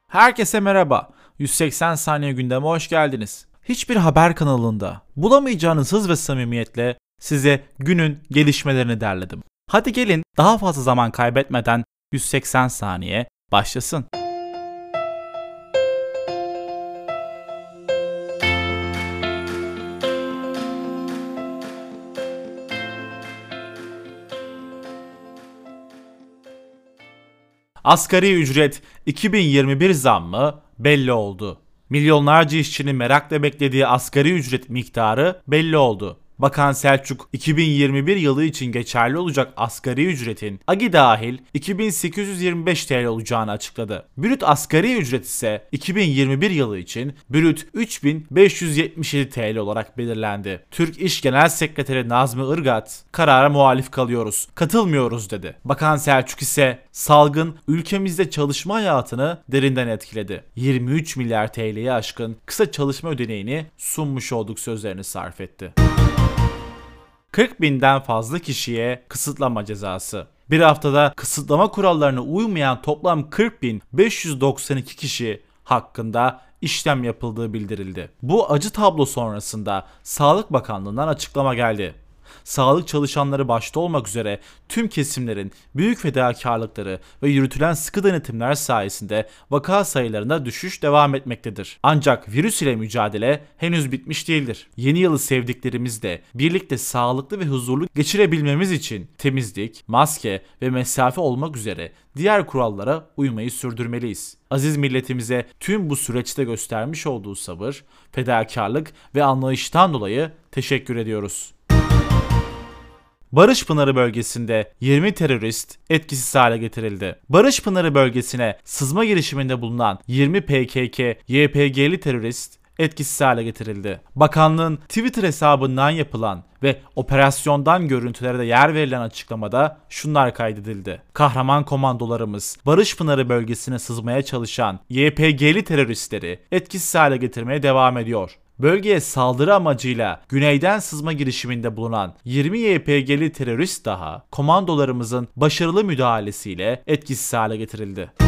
Herkese merhaba. 180 saniye gündeme hoş geldiniz. Hiçbir haber kanalında bulamayacağınız hız ve samimiyetle size günün gelişmelerini derledim. Hadi gelin daha fazla zaman kaybetmeden 180 saniye başlasın. Asgari ücret 2021 zammı belli oldu. Milyonlarca işçinin merakla beklediği asgari ücret miktarı belli oldu. Bakan Selçuk, 2021 yılı için geçerli olacak asgari ücretin AGİ dahil 2825 TL olacağını açıkladı. Brüt asgari ücret ise 2021 yılı için brüt 3577 TL olarak belirlendi. Türk İş Genel Sekreteri Nazmi Irgat, karara muhalif kalıyoruz, katılmıyoruz dedi. Bakan Selçuk ise salgın ülkemizde çalışma hayatını derinden etkiledi. 23 milyar TL'ye aşkın kısa çalışma ödeneğini sunmuş olduk sözlerini sarf etti. 40 binden fazla kişiye kısıtlama cezası. Bir haftada kısıtlama kurallarına uymayan toplam 40.592 kişi hakkında işlem yapıldığı bildirildi. Bu acı tablo sonrasında Sağlık Bakanlığı'ndan açıklama geldi. Sağlık çalışanları başta olmak üzere tüm kesimlerin büyük fedakarlıkları ve yürütülen sıkı denetimler sayesinde vaka sayılarında düşüş devam etmektedir. Ancak virüs ile mücadele henüz bitmiş değildir. Yeni yılı sevdiklerimizle birlikte sağlıklı ve huzurlu geçirebilmemiz için temizlik, maske ve mesafe olmak üzere diğer kurallara uymayı sürdürmeliyiz. Aziz milletimize tüm bu süreçte göstermiş olduğu sabır, fedakarlık ve anlayıştan dolayı teşekkür ediyoruz. Barış Pınarı bölgesinde 20 terörist etkisiz hale getirildi. Barış Pınarı bölgesine sızma girişiminde bulunan 20 PKK-YPG'li terörist etkisiz hale getirildi. Bakanlığın Twitter hesabından yapılan ve operasyondan görüntülere de yer verilen açıklamada şunlar kaydedildi. Kahraman komandolarımız Barış Pınarı bölgesine sızmaya çalışan YPG'li teröristleri etkisiz hale getirmeye devam ediyor. Bölgeye saldırı amacıyla güneyden sızma girişiminde bulunan 20 YPG'li terörist daha komandolarımızın başarılı müdahalesiyle etkisiz hale getirildi.